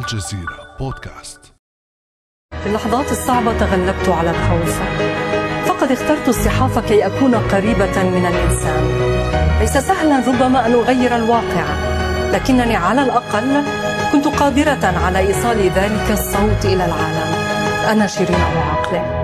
الجزيرة بودكاست. في اللحظات الصعبة تغلبت على الخوف، فقد اخترت الصحافة كي أكون قريبة من الإنسان. ليس سهلا ربما أن أغير الواقع، لكنني على الأقل كنت قادرة على إيصال ذلك الصوت إلى العالم. أنا شيرين أبو عاقلة.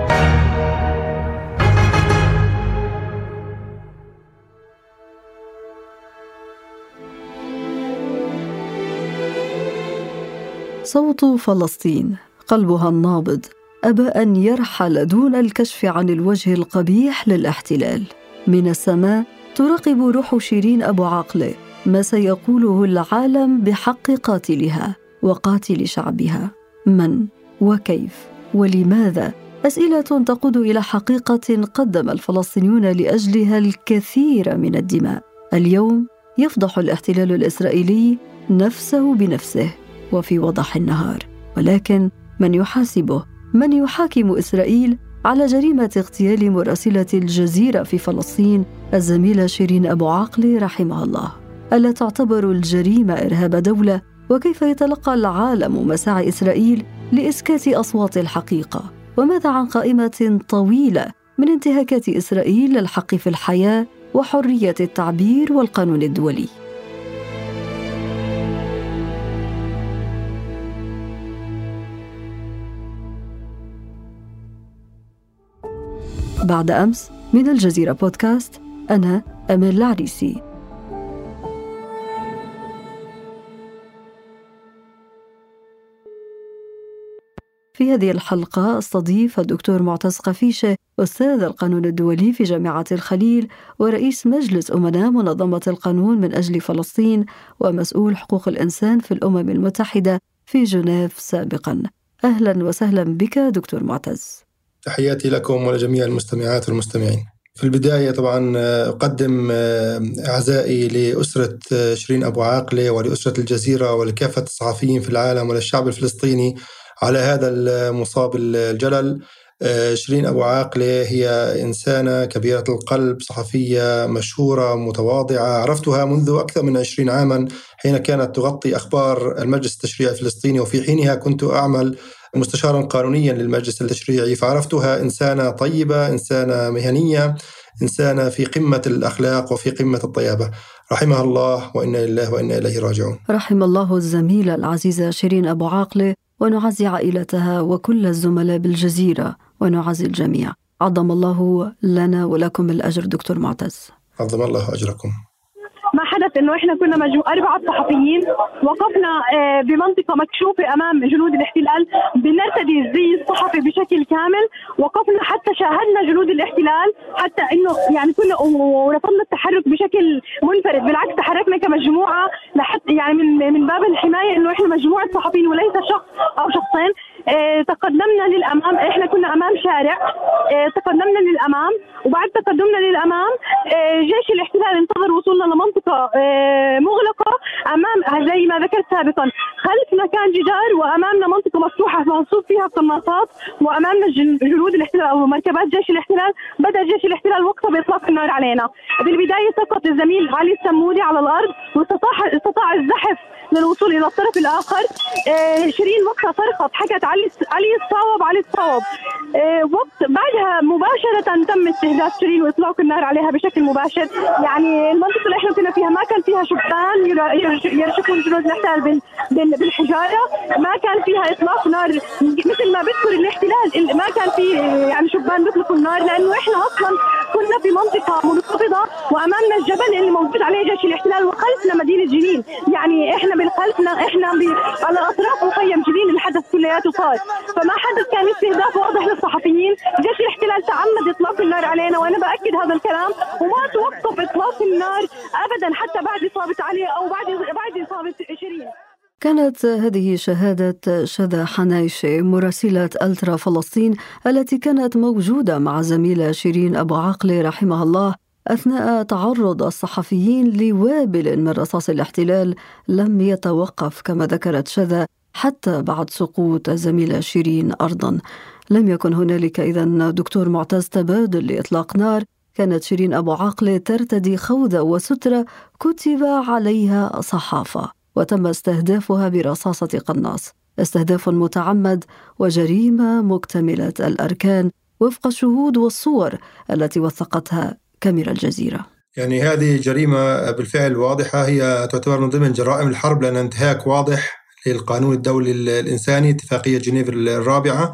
صوت فلسطين، قلبها النابض أبى أن يرحل دون الكشف عن الوجه القبيح للاحتلال. من السماء تراقب روح شيرين أبو عاقلة ما سيقوله العالم بحق قاتلها وقاتل شعبها. من وكيف ولماذا؟ أسئلة تقود إلى حقيقة قدم الفلسطينيون لأجلها الكثير من الدماء. اليوم يفضح الاحتلال الإسرائيلي نفسه بنفسه وفي وضح النهار، ولكن من يحاسبه؟ من يحاكم إسرائيل على جريمة اغتيال مراسلة الجزيرة في فلسطين الزميلة شيرين أبو عاقلة رحمها الله؟ ألا تعتبر الجريمة إرهاب دولة؟ وكيف يتلقى العالم مساعي إسرائيل لإسكات أصوات الحقيقة؟ وماذا عن قائمة طويلة من انتهاكات إسرائيل للحق في الحياة وحرية التعبير والقانون الدولي؟ بعد أمس من الجزيرة بودكاست، أنا أمال العريسي. في هذه الحلقة استضيف الدكتور معتز قفيشة، أستاذ القانون الدولي في جامعة الخليل ورئيس مجلس أمناء منظمة القانون من أجل فلسطين ومسؤول حقوق الإنسان في الأمم المتحدة في جنيف سابقا. أهلا وسهلا بك دكتور معتز. تحياتي لكم ولجميع المستمعات والمستمعين. في البداية طبعا أقدم أعزائي لأسرة شيرين أبو عاقلة ولأسرة الجزيرة ولكافة الصحفيين في العالم وللشعب الفلسطيني على هذا المصاب الجلل. شيرين أبو عاقلة هي إنسانة كبيرة القلب، صحفية مشهورة متواضعة، عرفتها منذ أكثر من 20 عاما حين كانت تغطي أخبار المجلس التشريعي الفلسطيني، وفي حينها كنت أعمل مستشارا قانونيا للمجلس التشريعي، فعرفتها إنسانة طيبة، إنسانة مهنية، إنسانة في قمة الأخلاق وفي قمة الطيابة. رحمها الله وإنا لله وإنا إليه راجعون. رحم الله الزميلة العزيزة شيرين أبو عاقلة، ونعزي عائلتها وكل الزملاء بالجزيرة ونعزي الجميع. عظم الله لنا ولكم الأجر دكتور معتز. عظم الله أجركم. ما حدث انه احنا كنا 4 صحفيين وقفنا بمنطقه مكشوفه امام جنود الاحتلال بنرتدي الزي الصحفي بشكل كامل. وقفنا حتى شاهدنا جنود الاحتلال، حتى انه يعني كنا ورفضنا التحرك بشكل منفرد، بالعكس تحركنا كمجموعه لحتى يعني من باب الحمايه انه احنا مجموعه صحفيين وليس شخص او شخصين. تقدمنا للامام، احنا كنا امام شارع، تقدمنا للامام، وبعد تقدمنا للامام جيش الاحتلال انتظر وصولنا لمنطقه مغلقة أمام، زي ما ذكرت سابقا، خلفنا كان جدار وأمامنا منطقة مفتوحة منصوب فيها قناصات، وأمامنا جنود الاحتلال أو مركبات جيش الاحتلال. بدأ جيش الاحتلال وقتها بإطلاق النار علينا. بالبداية سقط الزميل علي السمودي على الأرض واستطاع الزحف للوصول إلى الطرف الآخر. شيرين وقتها صرخت، حكت علي الصواب علي الصواب. وقت بعدها مباشرة تم استهداف شيرين وإطلاق النار عليها بشكل مباشر. يعني المنطقة اللي احنا كنا فيها ما كان فيها شبان يرشفون جنود الاحتلال بالحجارة، ما كان فيها إطلاق نار مثل ما بذكر الاحتلال، ما كان في يعني شبان بيطلقوا النار، لأنه احنا أصلا كنا في منطقة منخفضة وأمامنا الجبل اللي موجود عليه جيش الاحتلال وخلفنا مدينة جنين. يعني احنا بالخلفنا احنا على أطراف مخيم جنين الحدث كلياته صار، فما حدث كان استهداف واضح للصحفيين. جيش الاحتلال تعمد إطلاق النار علينا، وأنا بأكد هذا الكلام، وما توقف إطلاق النار أبدا حتى بعد إصابة علي أو بعد إصابة شيرين. كانت هذه شهادة شذى حنايشة مراسلة ألترا فلسطين التي كانت موجودة مع زميلة شيرين أبو عاقلة رحمها الله أثناء تعرض الصحفيين لوابل من رصاص الاحتلال لم يتوقف كما ذكرت شذى حتى بعد سقوط الزميلة شيرين أرضا. لم يكن هنالك إذن دكتور معتز تبادل لإطلاق نار، كانت شيرين أبو عاقلة ترتدي خوذة وسترة كتب عليها صحافة وتم استهدافها برصاصة قناص. استهداف متعمد وجريمة مكتملة الأركان وفق الشهود والصور التي وثقتها كاميرا الجزيرة. يعني هذه جريمة بالفعل واضحة، هي تعتبر من ضمن جرائم الحرب لأنها انتهاك واضح للقانون الدولي الإنساني، اتفاقية جنيف الرابعة،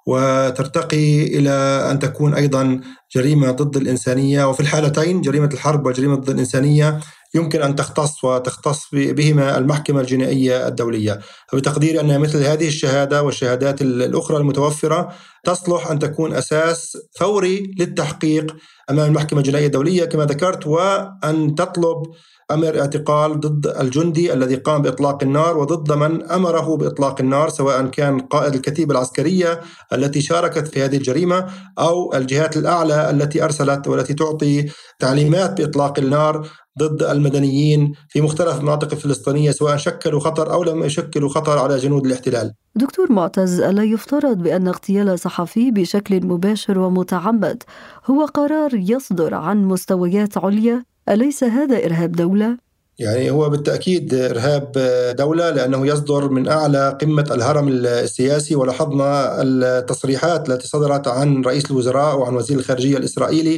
وترتقي إلى أن تكون أيضا جريمة ضد الإنسانية. وفي الحالتين جريمة الحرب وجريمة ضد الإنسانية يمكن أن تختص بهما المحكمة الجنائية الدولية. فبتقديري أن مثل هذه الشهادة والشهادات الأخرى المتوفرة تصلح أن تكون أساس فوري للتحقيق أمام المحكمة الجنائية الدولية كما ذكرت، وأن تطلب أمر اعتقال ضد الجندي الذي قام بإطلاق النار وضد من أمره بإطلاق النار، سواء كان قائد الكتيبة العسكرية التي شاركت في هذه الجريمة أو الجهات الأعلى التي أرسلت والتي تعطي تعليمات بإطلاق النار ضد المدنيين في مختلف المناطق الفلسطينية، سواء شكلوا خطر أو لم يشكلوا خطر على جنود الاحتلال. دكتور معتز، ألا يفترض بأن اغتيال صحفي بشكل مباشر ومتعمد هو قرار يصدر عن مستويات عليا؟ أليس هذا إرهاب دولة؟ يعني هو بالتأكيد إرهاب دولة، لأنه يصدر من أعلى قمة الهرم السياسي. ولاحظنا التصريحات التي صدرت عن رئيس الوزراء وعن وزير الخارجية الإسرائيلي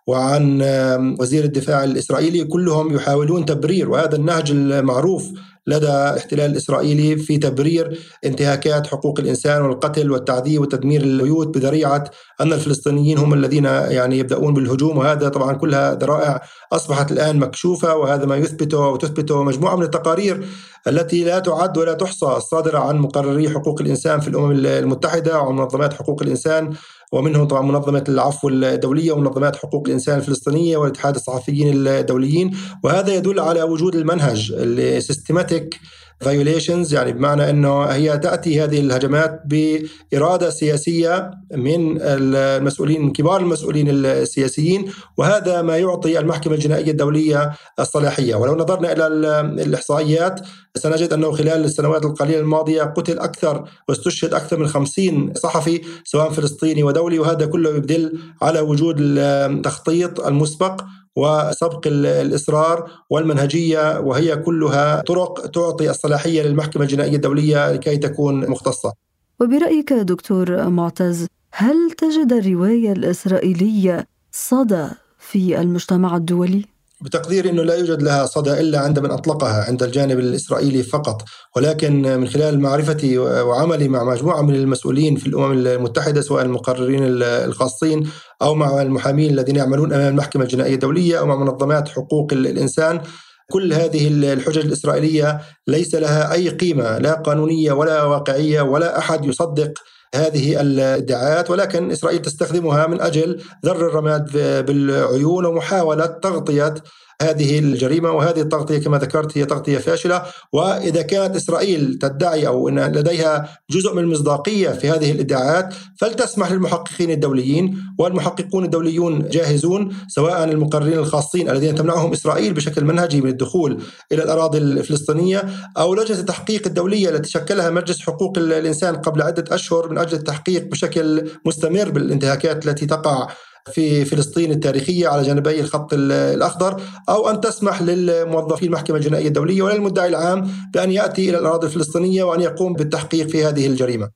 وعن وزير الدفاع الإسرائيلي، كلهم يحاولون تبرير، وهذا النهج المعروف لدى الاحتلال الإسرائيلي في تبرير انتهاكات حقوق الإنسان والقتل والتعذيب وتدمير البيوت بذريعة أن الفلسطينيين هم الذين يبدأون بالهجوم. وهذا طبعا كلها ذرائع أصبحت الآن مكشوفة، وهذا ما وتثبته مجموعة من التقارير التي لا تعد ولا تحصى الصادرة عن مقرري حقوق الإنسان في الأمم المتحدة وعن منظمات حقوق الإنسان، ومنهم طبعا منظمة العفو الدولية ومنظمات حقوق الإنسان الفلسطينية والاتحاد الصحفيين الدوليين. وهذا يدل على وجود المنهج systematic violations، يعني بمعنى أنه هي تأتي هذه الهجمات بإرادة سياسية من المسؤولين، من كبار المسؤولين السياسيين، وهذا ما يعطي المحكمة الجنائية الدولية الصلاحية. ولو نظرنا إلى الإحصائيات سنجد أنه خلال السنوات القليلة الماضية قتل أكثر واستشهد أكثر من 50 صحفي سواء فلسطيني ودولي، وهذا كله يدل على وجود التخطيط المسبق وسبق الإصرار والمنهجية، وهي كلها طرق تعطي الصلاحية للمحكمة الجنائية الدولية لكي تكون مختصة. وبرأيك دكتور معتز، هل تجد الرواية الإسرائيلية صدى في المجتمع الدولي؟ بتقدير أنه لا يوجد لها صدى إلا عند من أطلقها عند الجانب الإسرائيلي فقط، ولكن من خلال معرفتي وعملي مع مجموعة من المسؤولين في الأمم المتحدة سواء المقررين الخاصين أو مع المحامين الذين يعملون أمام المحكمة الجنائية الدولية أو مع منظمات حقوق الإنسان، كل هذه الحجج الإسرائيلية ليس لها أي قيمة لا قانونية ولا واقعية، ولا أحد يصدق هذه الادعاءات، ولكن إسرائيل تستخدمها من أجل ذر الرماد بالعيون ومحاولة تغطية هذه الجريمة. وهذه التغطية كما ذكرت هي تغطية فاشلة. وإذا كانت إسرائيل تدعي أو أن لديها جزء من المصداقية في هذه الادعاءات فلتسمح للمحققين الدوليين، والمحققون الدوليون جاهزون، سواء المقررين الخاصين الذين تمنعهم إسرائيل بشكل منهجي من الدخول إلى الأراضي الفلسطينية، أو لجنة التحقيق الدولية التي شكلها مجلس حقوق الإنسان قبل عدة أشهر من أجل التحقيق بشكل مستمر بالانتهاكات التي تقع في فلسطين التاريخية على جانبي الخط الأخضر، أو أن تسمح للموظفين المحكمة الجنائية الدولية وللمدعي العام بأن يأتي إلى الأراضي الفلسطينية وأن يقوم بالتحقيق في هذه الجريمة.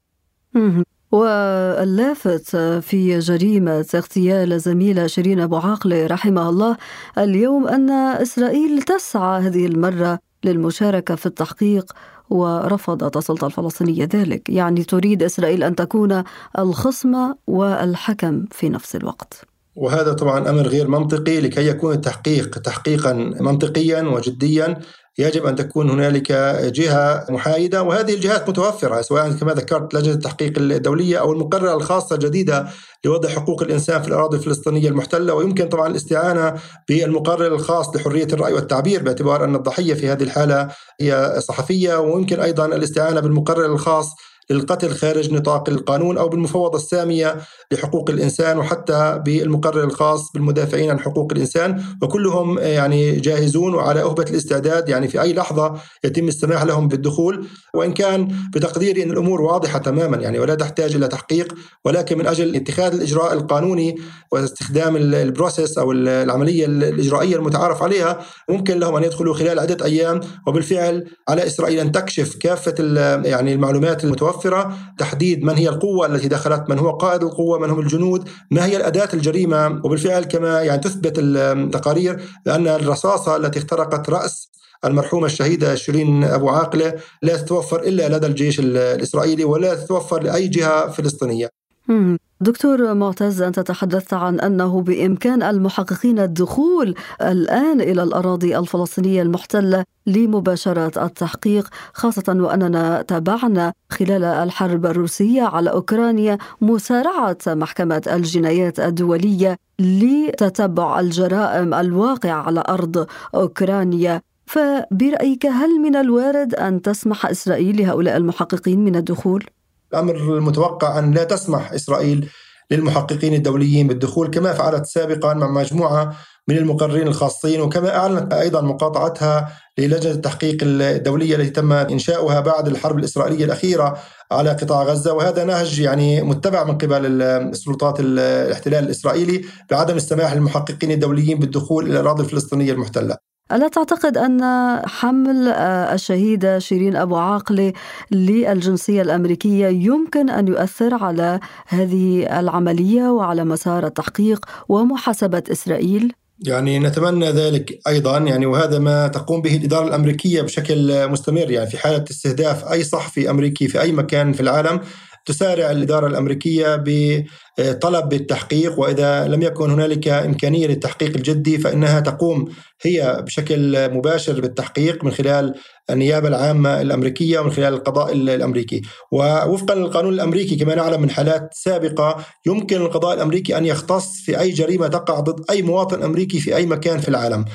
واللافت في جريمة اغتيال زميلة شيرين أبو عاقلة رحمها الله اليوم أن إسرائيل تسعى هذه المرة للمشاركة في التحقيق ورفضت السلطة الفلسطينية ذلك، يعني تريد إسرائيل أن تكون الخصم والحكم في نفس الوقت. وهذا طبعا أمر غير منطقي. لكي يكون التحقيق تحقيقا منطقيا وجديا يجب أن تكون هنالك جهة محايدة، وهذه الجهات متوفرة سواء كما ذكرت لجنة التحقيق الدولية أو المقررة الخاصة الجديدة لوضع حقوق الإنسان في الأراضي الفلسطينية المحتلة. ويمكن طبعا الاستعانة بالمقرر الخاص لحرية الرأي والتعبير باعتبار أن الضحية في هذه الحالة هي صحفية، ويمكن أيضا الاستعانة بالمقرر الخاص للقتل خارج نطاق القانون أو بالمفوضة السامية لحقوق الإنسان، وحتى بالمقرر الخاص بالمدافعين عن حقوق الإنسان، وكلهم يعني جاهزون وعلى أهبة الاستعداد يعني في أي لحظة يتم السماح لهم بالدخول. وإن كان بتقديري أن الأمور واضحة تماما يعني ولا تحتاج إلى تحقيق، ولكن من أجل اتخاذ الإجراء القانوني واستخدام البروسيس أو العملية الإجرائية المتعارف عليها ممكن لهم أن يدخلوا خلال عدة أيام. وبالفعل على إسرائيل أن تكشف كافة يعني المعلومات المتوفرة، تحديد من هي القوة التي دخلت، من هو قائد القوة، من هم الجنود، ما هي الأداة الجريمة. وبالفعل كما يعني تثبت التقارير بأن الرصاصة التي اخترقت رأس المرحومة الشهيدة شيرين أبو عاقلة لا تتوفر إلا لدى الجيش الإسرائيلي ولا تتوفر لأي جهة فلسطينية. دكتور معتز، أنت تحدثت عن أنه بإمكان المحققين الدخول الآن إلى الأراضي الفلسطينية المحتلة لمباشرة التحقيق، خاصة وأننا تابعنا خلال الحرب الروسية على أوكرانيا مسارعة محكمة الجنايات الدولية لتتبع الجرائم الواقعة على أرض أوكرانيا. فبرأيك هل من الوارد أن تسمح إسرائيل لهؤلاء المحققين من الدخول؟ الأمر المتوقع أن لا تسمح إسرائيل للمحققين الدوليين بالدخول كما فعلت سابقا مع مجموعة من المقررين الخاصين، وكما أعلنت أيضا مقاطعتها للجنة التحقيق الدولية التي تم إنشاؤها بعد الحرب الإسرائيلية الأخيرة على قطاع غزة. وهذا نهج يعني متبع من قبل السلطات الاحتلال الإسرائيلي بعدم السماح للمحققين الدوليين بالدخول إلى الأراضي الفلسطينية المحتلة. ألا تعتقد أن حمل الشهيدة شيرين أبو عاقلة للجنسية الأمريكية يمكن أن يؤثر على هذه العملية وعلى مسار التحقيق ومحاسبة إسرائيل؟ يعني نتمنى ذلك أيضا يعني، وهذا ما تقوم به الإدارة الأمريكية بشكل مستمر. يعني في حالة استهداف أي صحفي أمريكي في أي مكان في العالم تسارع الإدارة الأمريكية بطلب بالتحقيق، وإذا لم يكن هنالك إمكانية للتحقيق الجدي فإنها تقوم هي بشكل مباشر بالتحقيق من خلال النيابة العامة الأمريكية ومن خلال القضاء الأمريكي. ووفقا للقانون الأمريكي كما نعلم من حالات سابقة يمكن القضاء الأمريكي أن يختص في أي جريمة تقع ضد أي مواطن أمريكي في أي مكان في العالم.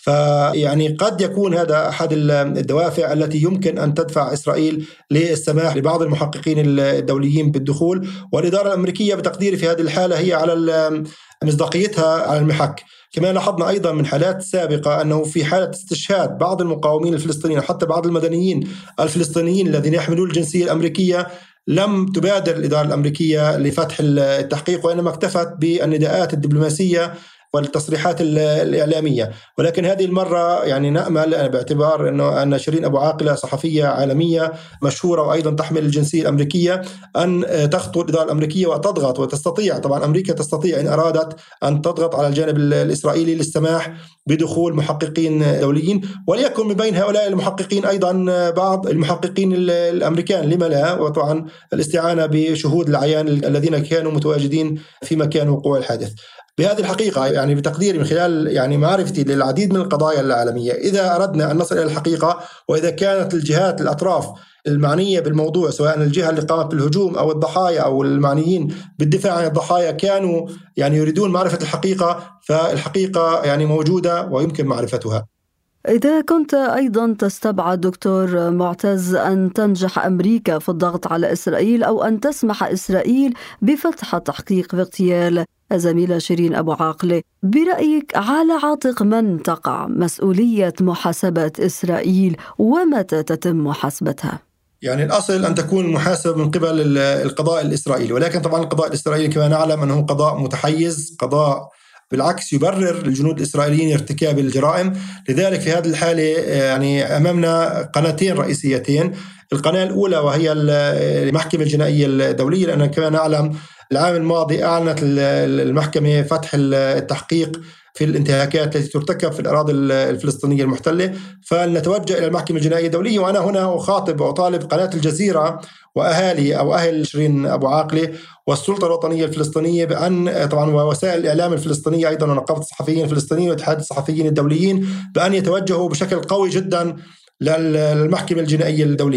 فيعني قد يكون هذا أحد الدوافع التي يمكن أن تدفع إسرائيل للسماح لبعض المحققين الدوليين بالدخول، والإدارة الأمريكية بتقديري في هذه الحالة هي على مصداقيتها على المحك. كما لاحظنا أيضا من حالات سابقة أنه في حالة استشهاد بعض المقاومين الفلسطينيين حتى بعض المدنيين الفلسطينيين الذين يحملون الجنسية الأمريكية لم تبادر الإدارة الأمريكية لفتح التحقيق، وإنما اكتفت بالنداءات الدبلوماسية والتصريحات الإعلامية. ولكن هذه المرة يعني نأمل باعتبار أن شيرين أبو عاقلة صحفية عالمية مشهورة وأيضا تحمل الجنسية الأمريكية أن تخطو الإدارة الأمريكية وتضغط، وتستطيع طبعا أمريكا تستطيع إن أرادت أن تضغط على الجانب الإسرائيلي للسماح بدخول محققين دوليين، وليكن من بين هؤلاء المحققين أيضا بعض المحققين الأمريكان، لما لا، وطبعا الاستعانة بشهود العيان الذين كانوا متواجدين في مكان وقوع الحادث. بهذه الحقيقة يعني بتقديري من خلال يعني معرفتي للعديد من القضايا العالمية، إذا أردنا أن نصل إلى الحقيقة وإذا كانت الجهات الأطراف المعنية بالموضوع سواء الجهة اللي قامت بالهجوم أو الضحايا أو المعنيين بالدفاع عن الضحايا كانوا يعني يريدون معرفة الحقيقة، فالحقيقة يعني موجودة ويمكن معرفتها. إذا كنت أيضا تستبعد دكتور معتز أن تنجح أمريكا في الضغط على إسرائيل أو أن تسمح إسرائيل بفتح التحقيق باغتيال الزميلة شيرين أبو عاقلة، برأيك على عاتق من تقع مسؤولية محاسبة إسرائيل ومتى تتم محاسبتها؟ يعني الأصل أن تكون محاسبة من قبل القضاء الإسرائيلي، ولكن طبعا القضاء الإسرائيلي كما نعلم أنه قضاء متحيز، قضاء بالعكس يبرر للجنود الإسرائيليين ارتكاب الجرائم. لذلك في هذه الحالة يعني أمامنا قناتين رئيسيتين. القناة الأولى وهي المحكمة الجنائية الدولية، لأن كما نعلم العام الماضي أعلنت المحكمة فتح التحقيق في الانتهاكات التي ترتكب في الأراضي الفلسطينية المحتلة، فلنتوجه إلى المحكمة الجنائية الدولية. وأنا هنا أخاطب وأطالب قناة الجزيرة وأهالي أو أهل شيرين أبو عاقلة والسلطة الوطنية الفلسطينية بأن طبعا ووسائل الإعلام الفلسطينية أيضا ونقابة الصحفيين الفلسطينيين واتحاد الصحفيين الدوليين بأن يتوجهوا بشكل قوي جدا للمحكمة الجنائية الدولية.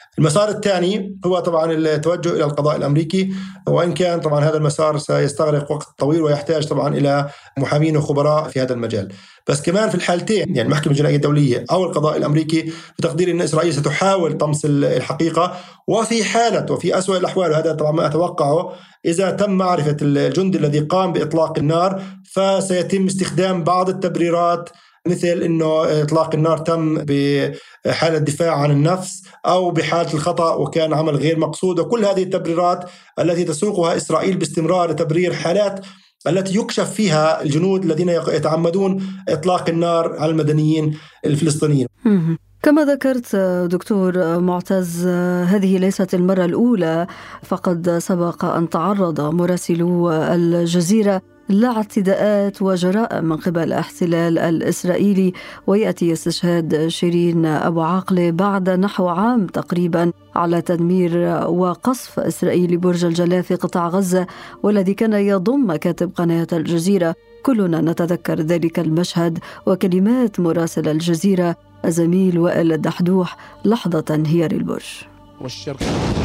المسار الثاني هو طبعا التوجه إلى القضاء الأمريكي، وإن كان طبعا هذا المسار سيستغرق وقت طويل ويحتاج طبعا إلى محامين وخبراء في هذا المجال. بس كمان في الحالتين يعني المحكمة الجنائية الدولية أو القضاء الأمريكي بتقدير أن إسرائيل ستحاول طمس الحقيقة، وفي حالة وفي أسوأ الأحوال، وهذا طبعا ما أتوقعه، إذا تم معرفة الجندي الذي قام بإطلاق النار فسيتم استخدام بعض التبريرات، مثل أنه إطلاق النار تم بحالة دفاع عن النفس أو بحالة الخطأ وكان عمل غير مقصود، وكل هذه التبريرات التي تسوقها إسرائيل باستمرار لتبرير حالات التي يكشف فيها الجنود الذين يتعمدون إطلاق النار على المدنيين الفلسطينيين. كما ذكرت دكتور معتز، هذه ليست المرة الأولى، فقد سبق أن تعرض مراسلو الجزيرة لاعتداءات وجرائم من قبل الاحتلال الإسرائيلي، ويأتي استشهاد شيرين أبو عاقلة بعد نحو عام تقريبا على تدمير وقصف إسرائيلي برج الجلاء في قطاع غزة، والذي كان يضم كاتب قناة الجزيرة. كلنا نتذكر ذلك المشهد وكلمات مراسل الجزيرة الزميل وائل الدحدوح لحظة انهيار البرج. والشرق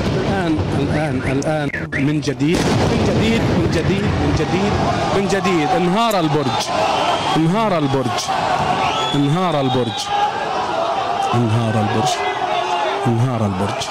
الآن من جديد انهار البرج.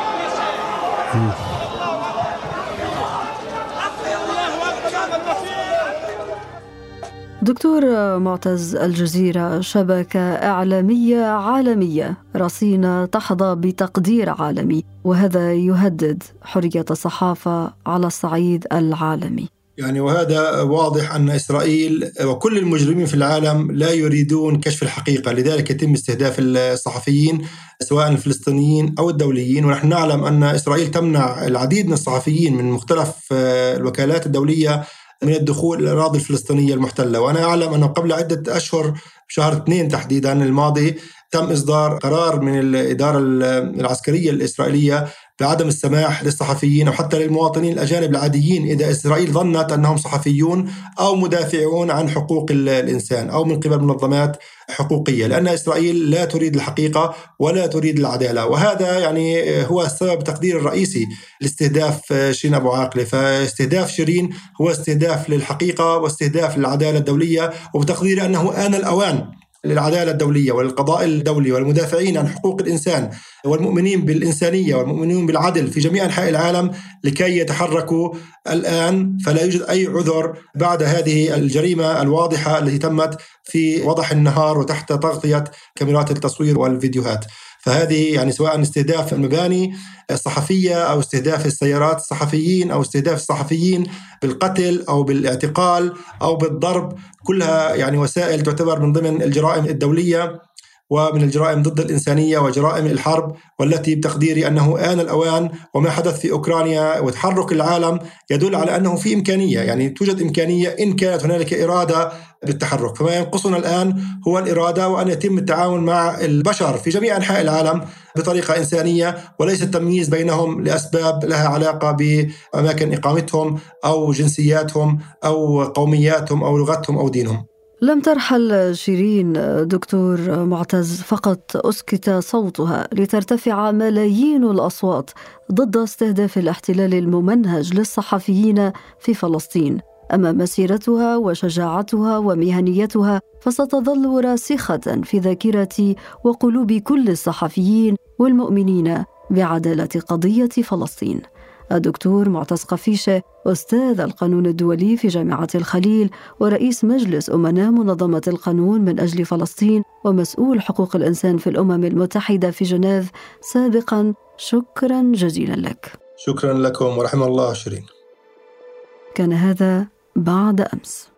دكتور معتز، الجزيرة شبكة إعلامية عالمية رصينة تحظى بتقدير عالمي، وهذا يهدد حرية الصحافة على الصعيد العالمي. يعني وهذا واضح أن إسرائيل وكل المجرمين في العالم لا يريدون كشف الحقيقة، لذلك يتم استهداف الصحفيين سواء الفلسطينيين أو الدوليين. ونحن نعلم أن إسرائيل تمنع العديد من الصحفيين من مختلف الوكالات الدولية من الدخول إلى الأراضي الفلسطينية المحتلة. وأنا أعلم أنه قبل عدة أشهر بشهر 2 تحديدا الماضي تم إصدار قرار من الإدارة العسكرية الإسرائيلية بعدم السماح للصحفيين أو حتى للمواطنين الأجانب العاديين إذا إسرائيل ظنت أنهم صحفيون أو مدافعون عن حقوق الإنسان أو من قبل منظمات حقوقية، لأن إسرائيل لا تريد الحقيقة ولا تريد العدالة. وهذا يعني هو السبب التقدير الرئيسي لاستهداف شيرين أبو عاقلة. فاستهداف شيرين هو استهداف للحقيقة واستهداف للعدالة الدولية، وبتقدير أنه آن الأوان للعدالة الدولية وللقضاء الدولي والمدافعين عن حقوق الإنسان والمؤمنين بالإنسانية والمؤمنين بالعدل في جميع أنحاء العالم لكي يتحركوا الآن. فلا يوجد أي عذر بعد هذه الجريمة الواضحة التي تمت في وضح النهار وتحت تغطية كاميرات التصوير والفيديوهات. فهذه يعني سواء استهداف المباني الصحفية أو استهداف السيارات الصحفيين أو استهداف الصحفيين بالقتل أو بالاعتقال أو بالضرب، كلها يعني وسائل تعتبر من ضمن الجرائم الدولية ومن الجرائم ضد الإنسانية وجرائم الحرب، والتي بتقديري أنه آن الأوان. وما حدث في أوكرانيا وتحرك العالم يدل على أنه في إمكانية، يعني توجد إمكانية إن كانت هنالك إرادة بالتحرك. فما ينقصنا الآن هو الإرادة، وأن يتم التعاون مع البشر في جميع أنحاء العالم بطريقة إنسانية، وليس التمييز بينهم لأسباب لها علاقة بأماكن إقامتهم أو جنسياتهم أو قومياتهم أو لغتهم أو دينهم. لم ترحل شيرين دكتور معتز، فقط أسكت صوتها لترتفع ملايين الأصوات ضد استهداف الاحتلال الممنهج للصحفيين في فلسطين. أما مسيرتها وشجاعتها ومهنيتها فستظل راسخة في ذاكرة وقلوب كل الصحفيين والمؤمنين بعدالة قضية فلسطين. الدكتور معتز قفيشة، أستاذ القانون الدولي في جامعة الخليل ورئيس مجلس أمناء منظمة القانون من أجل فلسطين ومسؤول حقوق الإنسان في الأمم المتحدة في جنيف سابقا، شكرا جزيلا لك. شكرا لكم ورحمة الله شيرين. كان هذا بعد أمس.